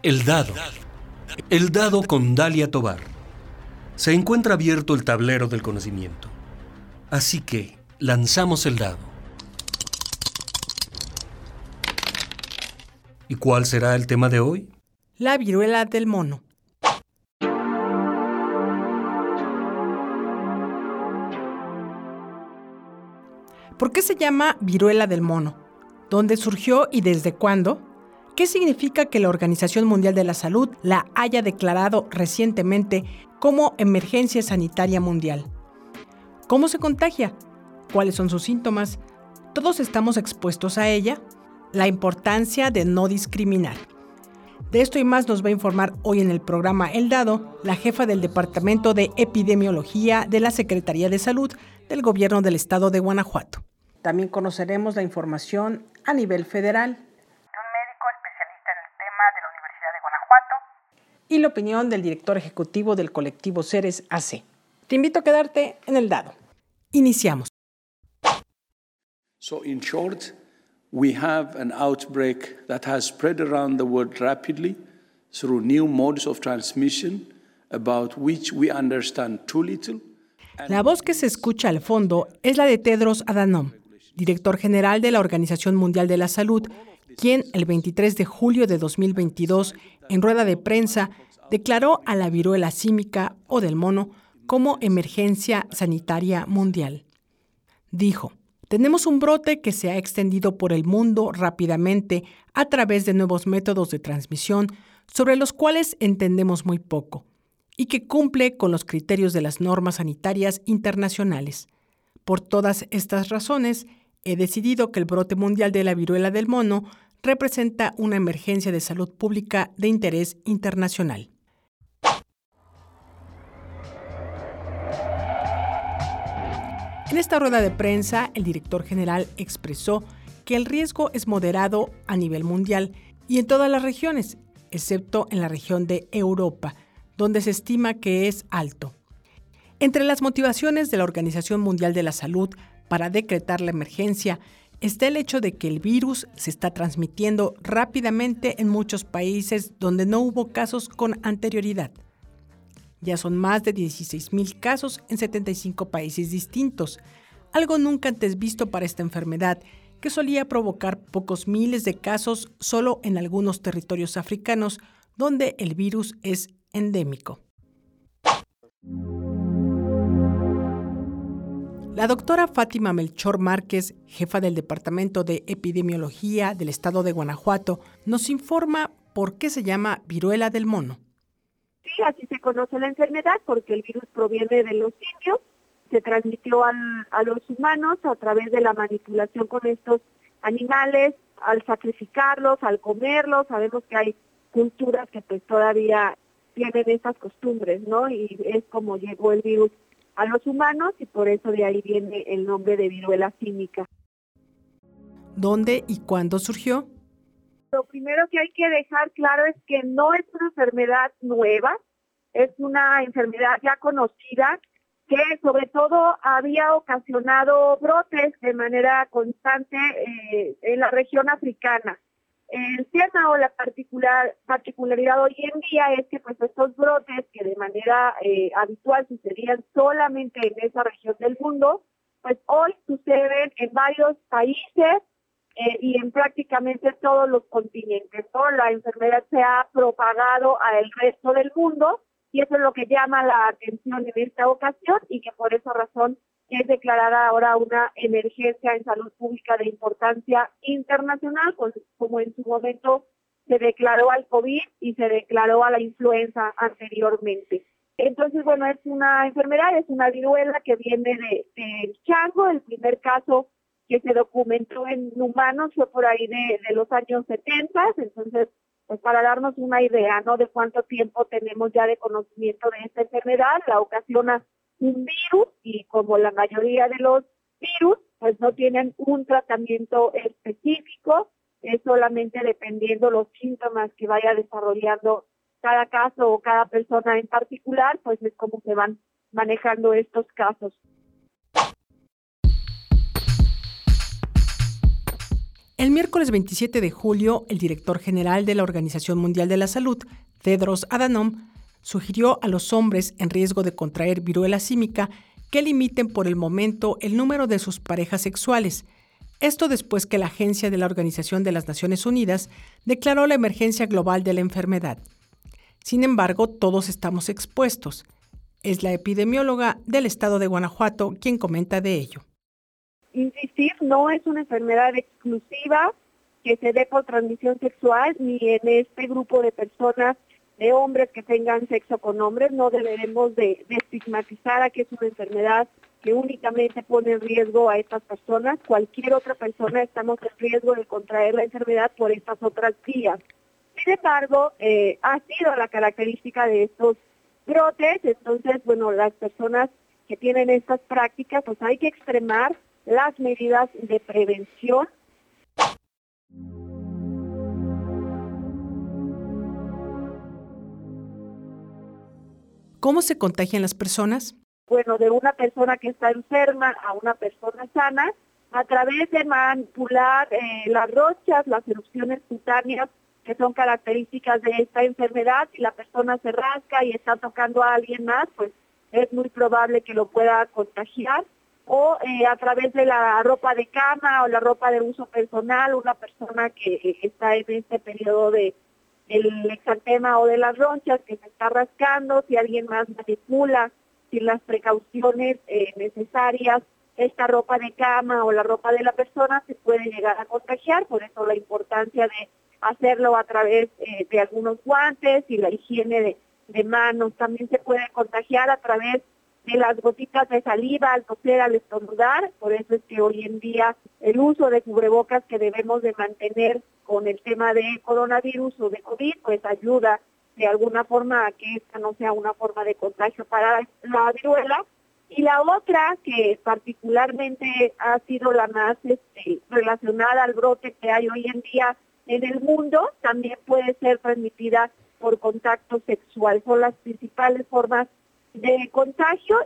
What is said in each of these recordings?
El dado. El dado con Dalia Tovar. Se encuentra abierto el tablero del conocimiento. Así que lanzamos el dado. ¿Y cuál será el tema de hoy? La viruela del mono. ¿Por qué se llama viruela del mono? ¿Dónde surgió y desde cuándo? ¿Qué significa que la Organización Mundial de la Salud la haya declarado recientemente como emergencia sanitaria mundial? ¿Cómo se contagia? ¿Cuáles son sus síntomas? ¿Todos estamos expuestos a ella? La importancia de no discriminar. De esto y más nos va a informar hoy en el programa El Dado, la jefa del Departamento de Epidemiología de la Secretaría de Salud del Gobierno del Estado de Guanajuato. También conoceremos la información a nivel federal y la opinión del director ejecutivo del colectivo Ceres AC. Te invito a quedarte en El Dado. Iniciamos. So in short, we have an outbreak that has spread around the world rapidly through new modes of transmission about which we understand too little. La voz que se escucha al fondo es la de Tedros Adhanom, director general de la Organización Mundial de la Salud, quien el 23 de julio de 2022, en rueda de prensa, declaró a la viruela símica o del mono como emergencia sanitaria mundial. Dijo: tenemos un brote que se ha extendido por el mundo rápidamente a través de nuevos métodos de transmisión sobre los cuales entendemos muy poco y que cumple con los criterios de las normas sanitarias internacionales. Por todas estas razones, he decidido que el brote mundial de la viruela del mono representa una emergencia de salud pública de interés internacional. En esta rueda de prensa, el director general expresó que el riesgo es moderado a nivel mundial y en todas las regiones, excepto en la región de Europa, donde se estima que es alto. Entre las motivaciones de la Organización Mundial de la Salud para decretar la emergencia está el hecho de que el virus se está transmitiendo rápidamente en muchos países donde no hubo casos con anterioridad. Ya son más de 16,000 casos en 75 países distintos, algo nunca antes visto para esta enfermedad, que solía provocar pocos miles de casos solo en algunos territorios africanos, donde el virus es endémico. La doctora Fátima Melchor Márquez, jefa del Departamento de Epidemiología del Estado de Guanajuato, nos informa por qué se llama viruela del mono. Sí, así se conoce la enfermedad porque el virus proviene de los simios, se transmitió a los humanos a través de la manipulación con estos animales, al sacrificarlos, al comerlos. Sabemos que hay culturas que pues todavía tienen estas costumbres, ¿no? Y es como llegó el virus a los humanos y por eso de ahí viene el nombre de viruela símica. ¿Dónde y cuándo surgió? Lo primero que hay que dejar claro es que no es una enfermedad nueva, es una enfermedad ya conocida que sobre todo había ocasionado brotes de manera constante en la región africana. El tema o la particularidad hoy en día es que pues estos brotes que de manera habitual sucedían solamente en esa región del mundo, pues hoy suceden en varios países y en prácticamente todos los continentes, ¿no? La enfermedad se ha propagado al resto del mundo y eso es lo que llama la atención en esta ocasión y que por esa razón es declarada ahora una emergencia en salud pública de importancia internacional, como en su momento se declaró al COVID y se declaró a la influenza anteriormente. Entonces, bueno, es una enfermedad, es una viruela que viene del chango. El primer caso que se documentó en humanos fue por ahí de los años 70, entonces, pues para darnos una idea, ¿no?, de cuánto tiempo tenemos ya de conocimiento de esta enfermedad. La ocasiona un virus y como la mayoría de los virus, pues no tienen un tratamiento específico, es solamente dependiendo los síntomas que vaya desarrollando cada caso o cada persona en particular, pues es como se van manejando estos casos. El miércoles 27 de julio, el director general de la Organización Mundial de la Salud, Tedros Adhanom, sugirió a los hombres en riesgo de contraer viruela símica que limiten por el momento el número de sus parejas sexuales. Esto después que la Agencia de la Organización de las Naciones Unidas declaró la emergencia global de la enfermedad. Sin embargo, todos estamos expuestos. Es la epidemióloga del estado de Guanajuato quien comenta de ello. Insistir, no es una enfermedad exclusiva que se dé por transmisión sexual, ni en este grupo de personas, de hombres que tengan sexo con hombres. No deberemos de estigmatizar a que es una enfermedad que únicamente pone en riesgo a estas personas. Cualquier otra persona estamos en riesgo de contraer la enfermedad por estas otras vías. Sin embargo, ha sido la característica de estos brotes. Entonces, bueno, las personas que tienen estas prácticas, pues hay que extremar las medidas de prevención. ¿Cómo se contagian las personas? Bueno, de una persona que está enferma a una persona sana, a través de manipular las ronchas, las erupciones cutáneas, que son características de esta enfermedad. Si la persona se rasca y está tocando a alguien más, pues es muy probable que lo pueda contagiar. O a través de la ropa de cama o la ropa de uso personal, una persona que está en este periodo del exantema o de las ronchas, que se está rascando, si alguien más manipula sin las precauciones necesarias esta ropa de cama o la ropa de la persona, se puede llegar a contagiar. Por eso la importancia de hacerlo a través de algunos guantes y la higiene de manos. También se puede contagiar a través de las gotitas de saliva al toser, al estornudar. Por eso es que hoy en día el uso de cubrebocas que debemos de mantener con el tema de coronavirus o de COVID, pues ayuda de alguna forma a que esta no sea una forma de contagio para la viruela. Y la otra, que particularmente ha sido la más relacionada al brote que hay hoy en día en el mundo, también puede ser transmitida por contacto sexual. Son las principales formas de contagio.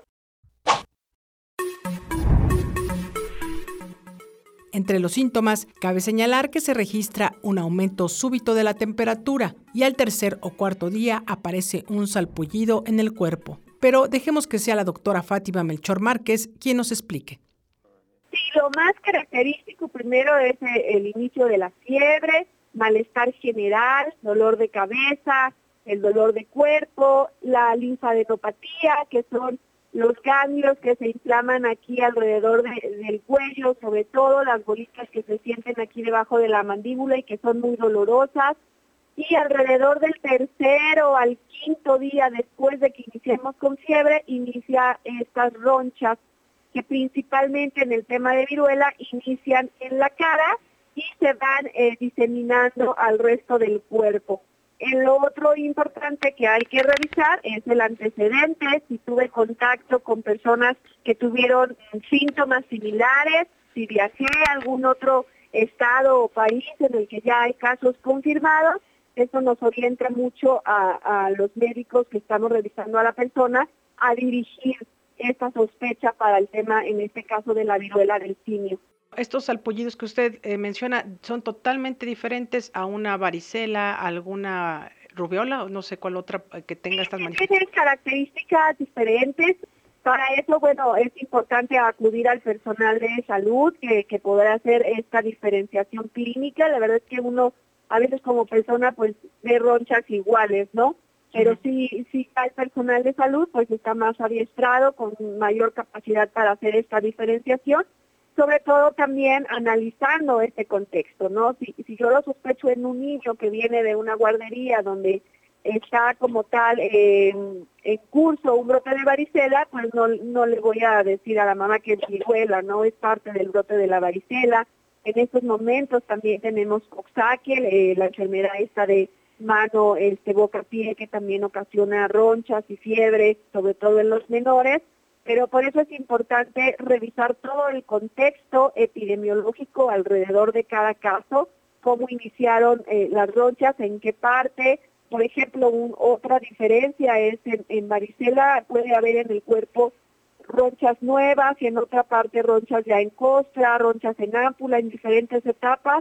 Entre los síntomas, cabe señalar que se registra un aumento súbito de la temperatura y al tercer o cuarto día aparece un salpullido en el cuerpo. Pero dejemos que sea la doctora Fátima Melchor Márquez quien nos explique. Sí, lo más característico primero es el inicio de la fiebre, malestar general, dolor de cabeza, el dolor de cuerpo, la linfadenopatía, que son los ganglios que se inflaman aquí alrededor del cuello, sobre todo las bolitas que se sienten aquí debajo de la mandíbula y que son muy dolorosas. Y alrededor del tercero al quinto día después de que iniciemos con fiebre, inicia estas ronchas que principalmente en el tema de viruela inician en la cara y se van diseminando al resto del cuerpo. Lo otro importante que hay que revisar es el antecedente, si tuve contacto con personas que tuvieron síntomas similares, si viajé a algún otro estado o país en el que ya hay casos confirmados. Eso nos orienta mucho a los médicos que estamos revisando a la persona a dirigir esta sospecha para el tema, en este caso, de la viruela del simio. Estos salpullidos que usted menciona son totalmente diferentes a una varicela, a alguna rubiola, o no sé cuál otra que tenga estas manifestaciones. Tienen características diferentes. Para eso, bueno, es importante acudir al personal de salud que podrá hacer esta diferenciación clínica. La verdad es que uno, a veces como persona, pues ve ronchas iguales, ¿no? Pero sí el personal de salud, pues está más adiestrado, con mayor capacidad para hacer esta diferenciación. Sobre todo también analizando este contexto, ¿no? Si yo lo sospecho en un niño que viene de una guardería donde está como tal en curso un brote de varicela, pues no le voy a decir a la mamá que es viruela, no es parte del brote de la varicela. En estos momentos también tenemos Coxsackie, la enfermedad esta de mano, boca-pie, que también ocasiona ronchas y fiebre, sobre todo en los menores. Pero por eso es importante revisar todo el contexto epidemiológico alrededor de cada caso, cómo iniciaron las ronchas, en qué parte. Por ejemplo, otra diferencia es en varicela puede haber en el cuerpo ronchas nuevas y en otra parte ronchas ya en costra, ronchas en ámpula en diferentes etapas.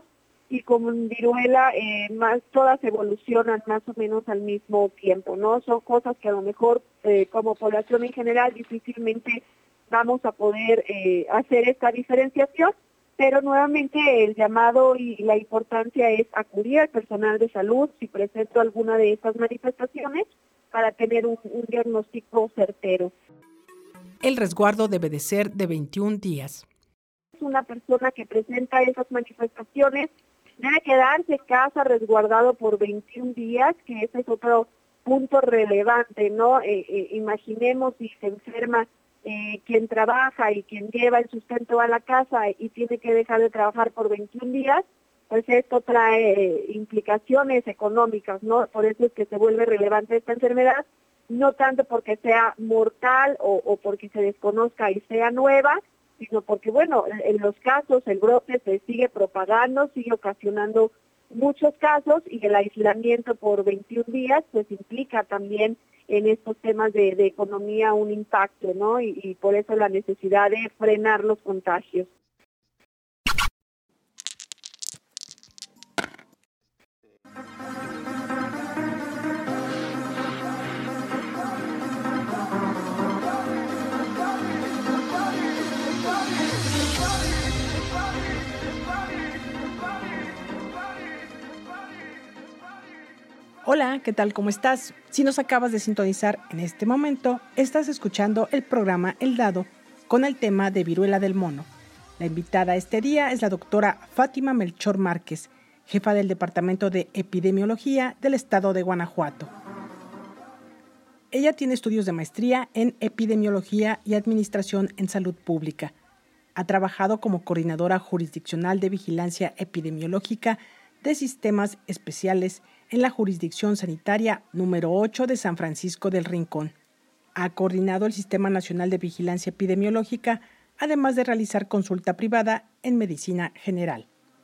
y con viruela más todas evolucionan más o menos al mismo tiempo, ¿no? Son cosas que a lo mejor como población en general difícilmente vamos a poder hacer esta diferenciación, pero nuevamente el llamado y la importancia es acudir al personal de salud si presento alguna de estas manifestaciones para tener un diagnóstico certero. El resguardo debe de ser de 21 días. Una persona que presenta esas manifestaciones debe quedarse en casa resguardado por 21 días, que ese es otro punto relevante, ¿no? Imaginemos si se enferma quien trabaja y quien lleva el sustento a la casa y tiene que dejar de trabajar por 21 días, pues esto trae implicaciones económicas, ¿no? Por eso es que se vuelve relevante esta enfermedad, no tanto porque sea mortal o porque se desconozca y sea nueva, sino porque, bueno, en los casos el brote se sigue propagando, sigue ocasionando muchos casos y el aislamiento por 21 días pues implica también en estos temas de economía un impacto, ¿no? Y por eso la necesidad de frenar los contagios. Hola, ¿qué tal? ¿Cómo estás? Si nos acabas de sintonizar en este momento, estás escuchando el programa El Dado con el tema de viruela del mono. La invitada este día es la doctora Fátima Melchor Márquez, jefa del Departamento de Epidemiología del Estado de Guanajuato. Ella tiene estudios de maestría en Epidemiología y Administración en Salud Pública. Ha trabajado como coordinadora jurisdiccional de vigilancia epidemiológica de sistemas especiales en la jurisdicción sanitaria número 8 de San Francisco del Rincón. Ha coordinado el Sistema Nacional de Vigilancia Epidemiológica, además de realizar consulta privada en medicina general.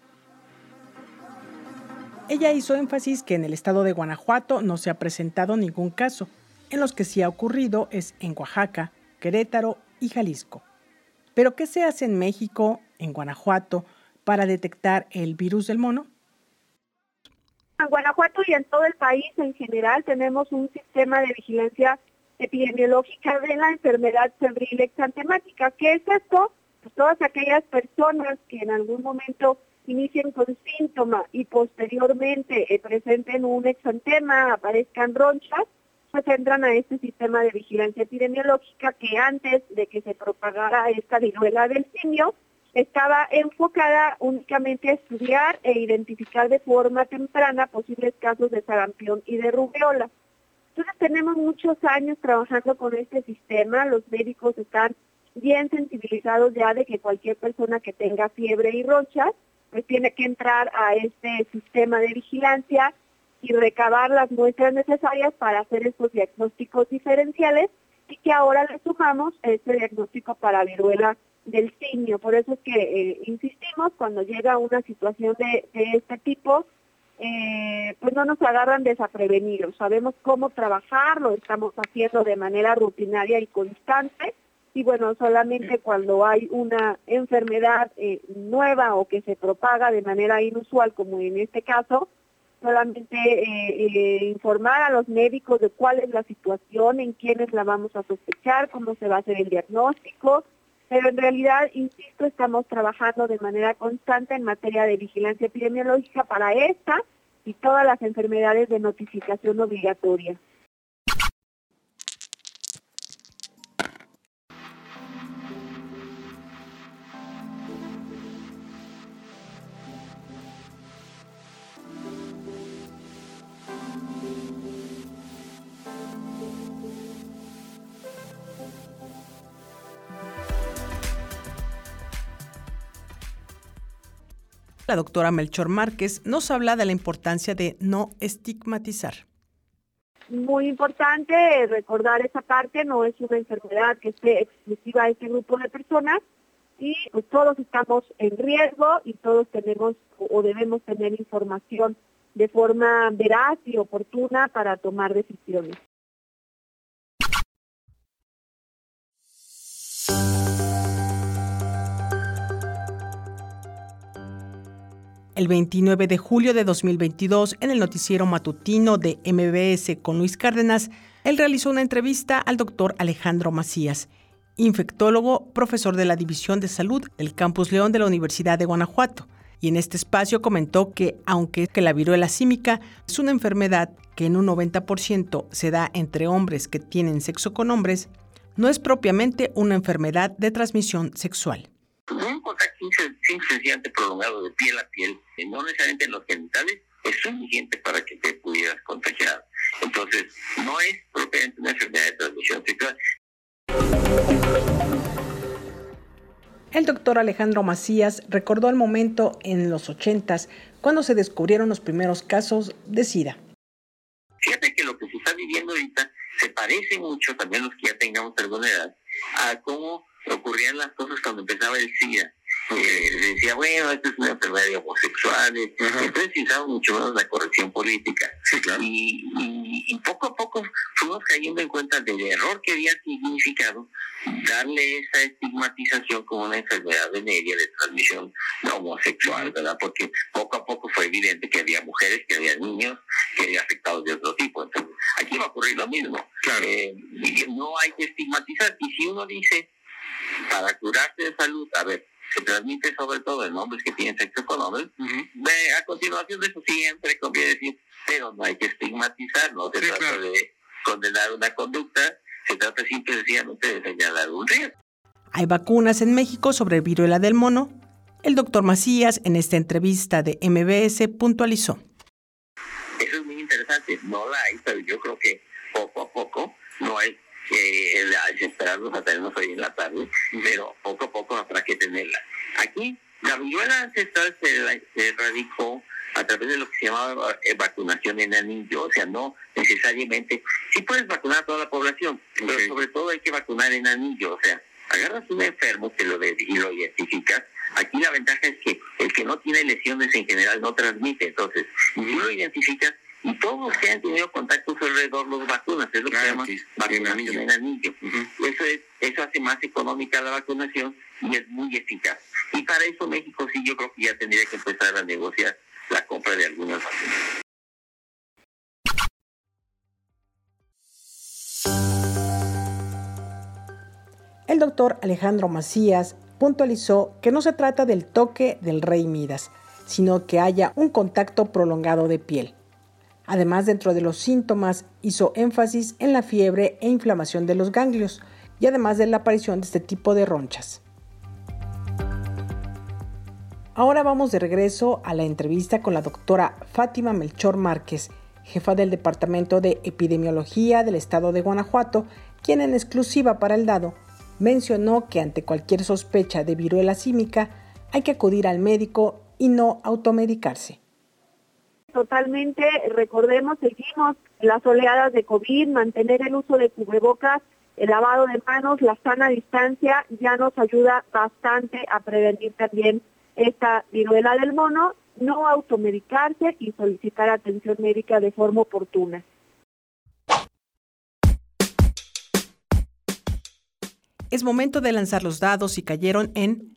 Ella hizo énfasis que en el estado de Guanajuato no se ha presentado ningún caso. En los que sí ha ocurrido es en Oaxaca, Querétaro y Jalisco. ¿Pero qué se hace en México, en Guanajuato, para detectar el virus del mono? En Guanajuato y en todo el país en general tenemos un sistema de vigilancia epidemiológica de la enfermedad febril exantemática. ¿Qué es esto? Pues todas aquellas personas que en algún momento inicien con síntoma y posteriormente presenten un exantema, aparezcan ronchas, pues entran a este sistema de vigilancia epidemiológica que antes de que se propagara esta viruela del simio, estaba enfocada únicamente a estudiar e identificar de forma temprana posibles casos de sarampión y de rubiola. Entonces tenemos muchos años trabajando con este sistema, los médicos están bien sensibilizados ya de que cualquier persona que tenga fiebre y ronchas, pues tiene que entrar a este sistema de vigilancia y recabar las muestras necesarias para hacer estos diagnósticos diferenciales y que ahora le sumamos este diagnóstico para viruela del simio. Por eso es que insistimos, cuando llega una situación de este tipo, pues no nos agarran desaprevenidos, sabemos cómo trabajar, lo estamos haciendo de manera rutinaria y constante, y bueno, solamente cuando hay una enfermedad nueva o que se propaga de manera inusual, como en este caso, solamente informar a los médicos de cuál es la situación, en quiénes la vamos a sospechar, cómo se va a hacer el diagnóstico, pero en realidad, insisto, estamos trabajando de manera constante en materia de vigilancia epidemiológica para esta y todas las enfermedades de notificación obligatoria. La doctora Melchor Márquez nos habla de la importancia de no estigmatizar. Muy importante recordar esa parte, no es una enfermedad que esté exclusiva a este grupo de personas y pues todos estamos en riesgo y todos tenemos o debemos tener información de forma veraz y oportuna para tomar decisiones. El 29 de julio de 2022, en el noticiero matutino de MBS con Luis Cárdenas, él realizó una entrevista al doctor Alejandro Macías, infectólogo, profesor de la División de Salud del Campus León de la Universidad de Guanajuato. Y en este espacio comentó que, aunque la viruela símica es una enfermedad que en un 90% se da entre hombres que tienen sexo con hombres, no es propiamente una enfermedad de transmisión sexual. Un contacto sencillamente prolongado de piel a piel, no necesariamente en los genitales, es suficiente para que te pudieras contagiar. Entonces, no es propiamente una enfermedad de transmisión sexual. El doctor Alejandro Macías recordó el momento en los 80s cuando se descubrieron los primeros casos de SIDA. Fíjate que lo que se está viviendo ahorita se parece mucho, también los que ya tengamos alguna edad, a cómo ocurrían las cosas cuando empezaba el SIDA. Decía, bueno, esta es una enfermedad de homosexuales. Entonces se usaba mucho menos la corrección política. Sí, claro. Y poco a poco fuimos cayendo en cuenta del error que había significado darle esa estigmatización como una enfermedad venérea de transmisión homosexual, ¿verdad? Porque poco a poco fue evidente que había mujeres, que había niños, que había afectados de otro tipo. Entonces, aquí va a ocurrir lo mismo. Claro. No hay que estigmatizar. Y si uno dice, para curarse de salud, a ver, se transmite sobre todo en hombres que tienen sexo con hombres, a continuación de eso siempre conviene decir, pero no hay que estigmatizar, no se trata de condenar una conducta, se trata simple y sencillamente de señalar un riesgo. Hay vacunas en México sobre viruela del mono. El doctor Macías, en esta entrevista de MBS, puntualizó. Eso es muy interesante, no la hay, pero yo creo que poco a poco no hay que esperarnos a tenernos hoy en la tarde, pero poco a poco habrá que tenerla. Aquí, la viruela ancestral se erradicó a través de lo que se llamaba vacunación en anillo, o sea, no necesariamente, sí puedes vacunar a toda la población, pero sobre todo hay que vacunar en anillo, o sea, agarras un enfermo y lo identificas. Aquí la ventaja es que el que no tiene lesiones en general no transmite, entonces, tú lo identificas y todos los que han tenido contacto alrededor los vacunas, es lo que se llama vacunación en anillo. Eso hace más económica la vacunación y es muy eficaz. Y para eso México sí, yo creo que ya tendría que empezar a negociar la compra de algunas vacunas. El doctor Alejandro Macías puntualizó que no se trata del toque del rey Midas, sino que haya un contacto prolongado de piel. Además, dentro de los síntomas, hizo énfasis en la fiebre e inflamación de los ganglios y además de la aparición de este tipo de ronchas. Ahora vamos de regreso a la entrevista con la doctora Fátima Melchor Márquez, jefa del Departamento de Epidemiología del Estado de Guanajuato, quien en exclusiva para El Dado mencionó que ante cualquier sospecha de viruela símica hay que acudir al médico y no automedicarse. Totalmente, recordemos, seguimos las oleadas de COVID, mantener el uso de cubrebocas, el lavado de manos, la sana distancia, ya nos ayuda bastante a prevenir también esta viruela del mono, no automedicarse y solicitar atención médica de forma oportuna. Es momento de lanzar los dados y cayeron en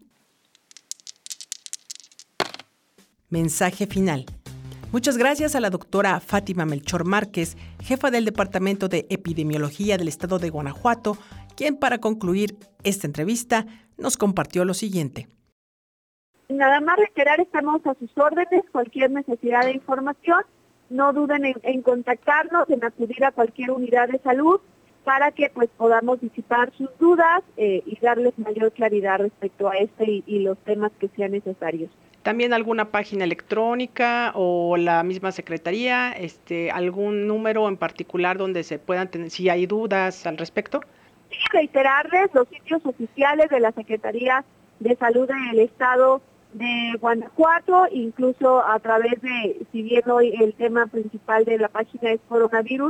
mensaje final. Muchas gracias a la doctora Fátima Melchor Márquez, jefa del Departamento de Epidemiología del Estado de Guanajuato, quien para concluir esta entrevista nos compartió lo siguiente. Nada más reiterar, estamos a sus órdenes, cualquier necesidad de información, no duden en contactarnos, en acudir a cualquier unidad de salud para que pues podamos disipar sus dudas y darles mayor claridad respecto a y los temas que sean necesarios. ¿También alguna página electrónica o la misma secretaría, algún número en particular donde se puedan tener, si hay dudas al respecto? Sí, reiterarles los sitios oficiales de la Secretaría de Salud del Estado de Guanajuato, incluso a través de, si bien hoy el tema principal de la página es coronavirus,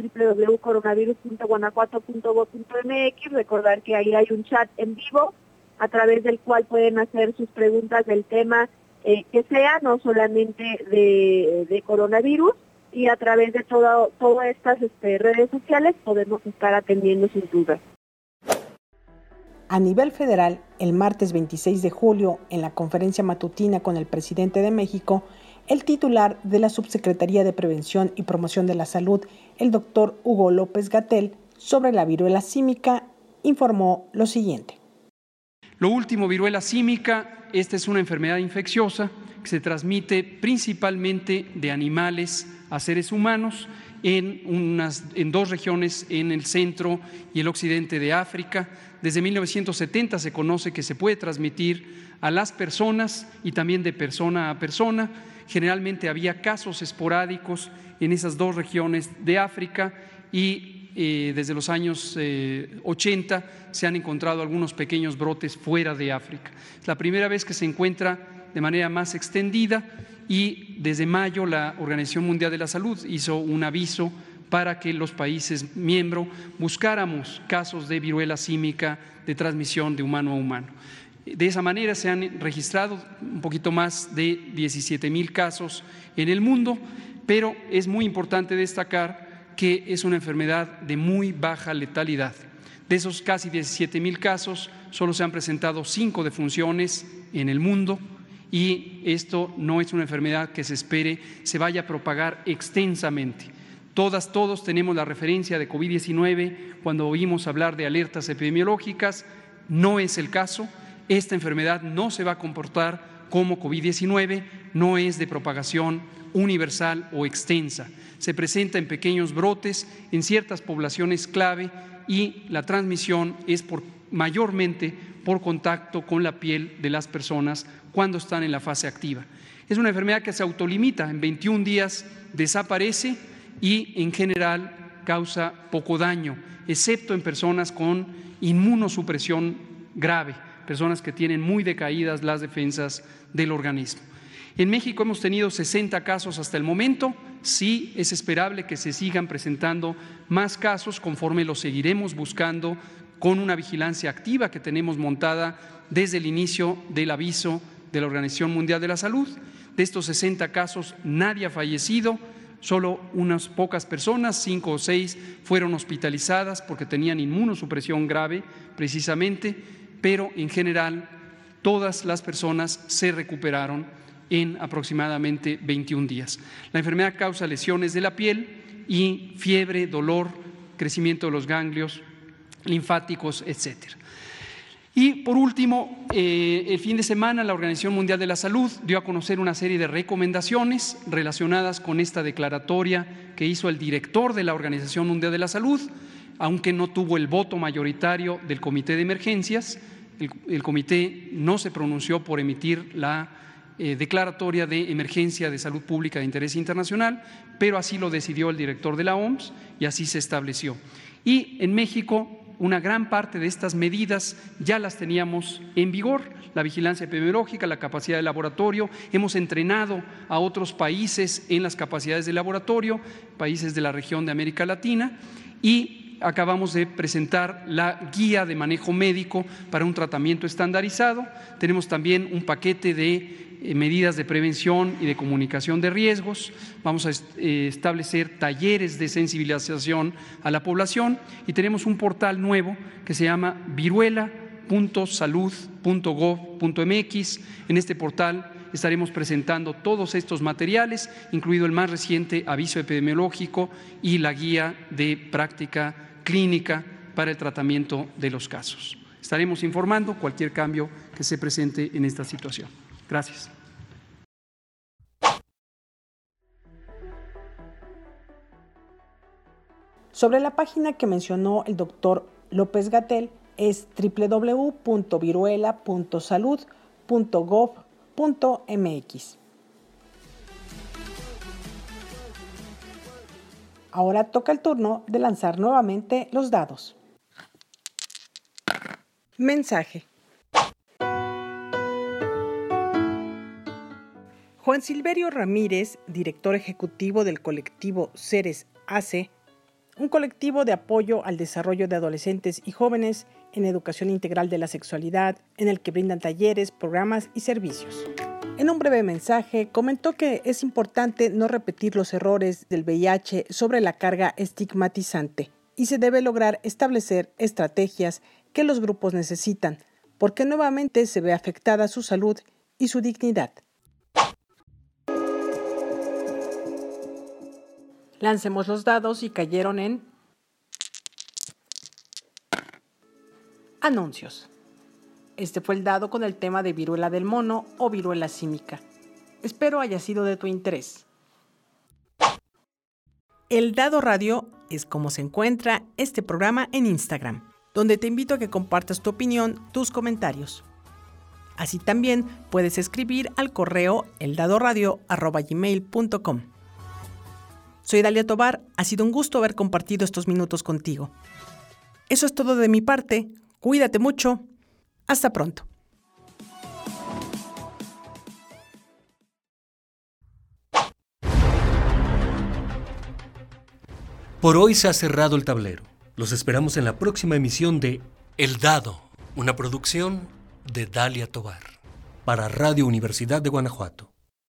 www.coronavirus.guanajuato.gov.mx, recordar que ahí hay un chat en vivo a través del cual pueden hacer sus preguntas del tema que sea, no solamente de coronavirus, y a través de todas estas redes sociales podemos estar atendiendo sus dudas. A nivel federal, el martes 26 de julio, en la conferencia matutina con el presidente de México, el titular de la Subsecretaría de Prevención y Promoción de la Salud, el doctor Hugo López-Gatell, sobre la viruela símica, informó lo siguiente. Lo último, viruela símica, esta es una enfermedad infecciosa que se transmite principalmente de animales a seres humanos en dos regiones, en el centro y el occidente de África. Desde 1970 se conoce que se puede transmitir a las personas y también de persona a persona. Generalmente había casos esporádicos en esas dos regiones de África y desde los años 80 se han encontrado algunos pequeños brotes fuera de África. Es la primera vez que se encuentra de manera más extendida y desde mayo la Organización Mundial de la Salud hizo un aviso para que los países miembros buscáramos casos de viruela símica de transmisión de humano a humano. De esa manera se han registrado un poquito más de 17,000 casos en el mundo, pero es muy importante destacar que es una enfermedad de muy baja letalidad. De esos casi 17,000 casos, solo se han presentado 5 defunciones en el mundo y esto no es una enfermedad que se espere se vaya a propagar extensamente. Todos tenemos la referencia de COVID-19 cuando oímos hablar de alertas epidemiológicas, no es el caso. Esta enfermedad no se va a comportar como COVID-19, no es de propagación universal o extensa. Se presenta en pequeños brotes en ciertas poblaciones clave y la transmisión es mayormente por contacto con la piel de las personas cuando están en la fase activa. Es una enfermedad que se autolimita, en 21 días desaparece y en general causa poco daño, excepto en personas con inmunosupresión grave, personas que tienen muy decaídas las defensas del organismo. En México hemos tenido 60 casos hasta el momento. Sí, es esperable que se sigan presentando más casos conforme los seguiremos buscando con una vigilancia activa que tenemos montada desde el inicio del aviso de la Organización Mundial de la Salud. De estos 60 casos, nadie ha fallecido, solo unas pocas personas, 5 o 6, fueron hospitalizadas porque tenían inmunosupresión grave precisamente, pero en general todas las personas se recuperaron en aproximadamente 21 días. La enfermedad causa lesiones de la piel y fiebre, dolor, crecimiento de los ganglios linfáticos, etcétera. Y por último, el fin de semana la Organización Mundial de la Salud dio a conocer una serie de recomendaciones relacionadas con esta declaratoria que hizo el director de la Organización Mundial de la Salud, aunque no tuvo el voto mayoritario del Comité de Emergencias. El comité no se pronunció por emitir la declaratoria de emergencia de salud pública de interés internacional, pero así lo decidió el director de la OMS y así se estableció. Y en México una gran parte de estas medidas ya las teníamos en vigor, la vigilancia epidemiológica, la capacidad de laboratorio, hemos entrenado a otros países en las capacidades de laboratorio, países de la región de América Latina, y acabamos de presentar la guía de manejo médico para un tratamiento estandarizado. Tenemos también un paquete de medidas de prevención y de comunicación de riesgos. Vamos a establecer talleres de sensibilización a la población y tenemos un portal nuevo que se llama viruela.salud.gov.mx. En este portal estaremos presentando todos estos materiales, incluido el más reciente aviso epidemiológico y la guía de práctica clínica para el tratamiento de los casos. Estaremos informando cualquier cambio que se presente en esta situación. Gracias. Sobre la página que mencionó el doctor López-Gatell es www.viruela.salud.gov.mx. Ahora toca el turno de lanzar nuevamente los dados. Mensaje. Juan Silverio Ramírez, director ejecutivo del colectivo Seres AC, un colectivo de apoyo al desarrollo de adolescentes y jóvenes en educación integral de la sexualidad, en el que brindan talleres, programas y servicios. En un breve mensaje, comentó que es importante no repetir los errores del VIH sobre la carga estigmatizante y se debe lograr establecer estrategias que los grupos necesitan, porque nuevamente se ve afectada su salud y su dignidad. Lancemos los dados y cayeron en anuncios. Este fue el dado con el tema de viruela del mono o viruela símica. Espero haya sido de tu interés. El Dado Radio es como se encuentra este programa en Instagram, donde te invito a que compartas tu opinión, tus comentarios. Así también puedes escribir al correo eldadoradio@gmail.com. Soy Dalia Tovar, ha sido un gusto haber compartido estos minutos contigo. Eso es todo de mi parte, cuídate mucho, hasta pronto. Por hoy se ha cerrado el tablero. Los esperamos en la próxima emisión de El Dado, una producción de Dalia Tovar, para Radio Universidad de Guanajuato.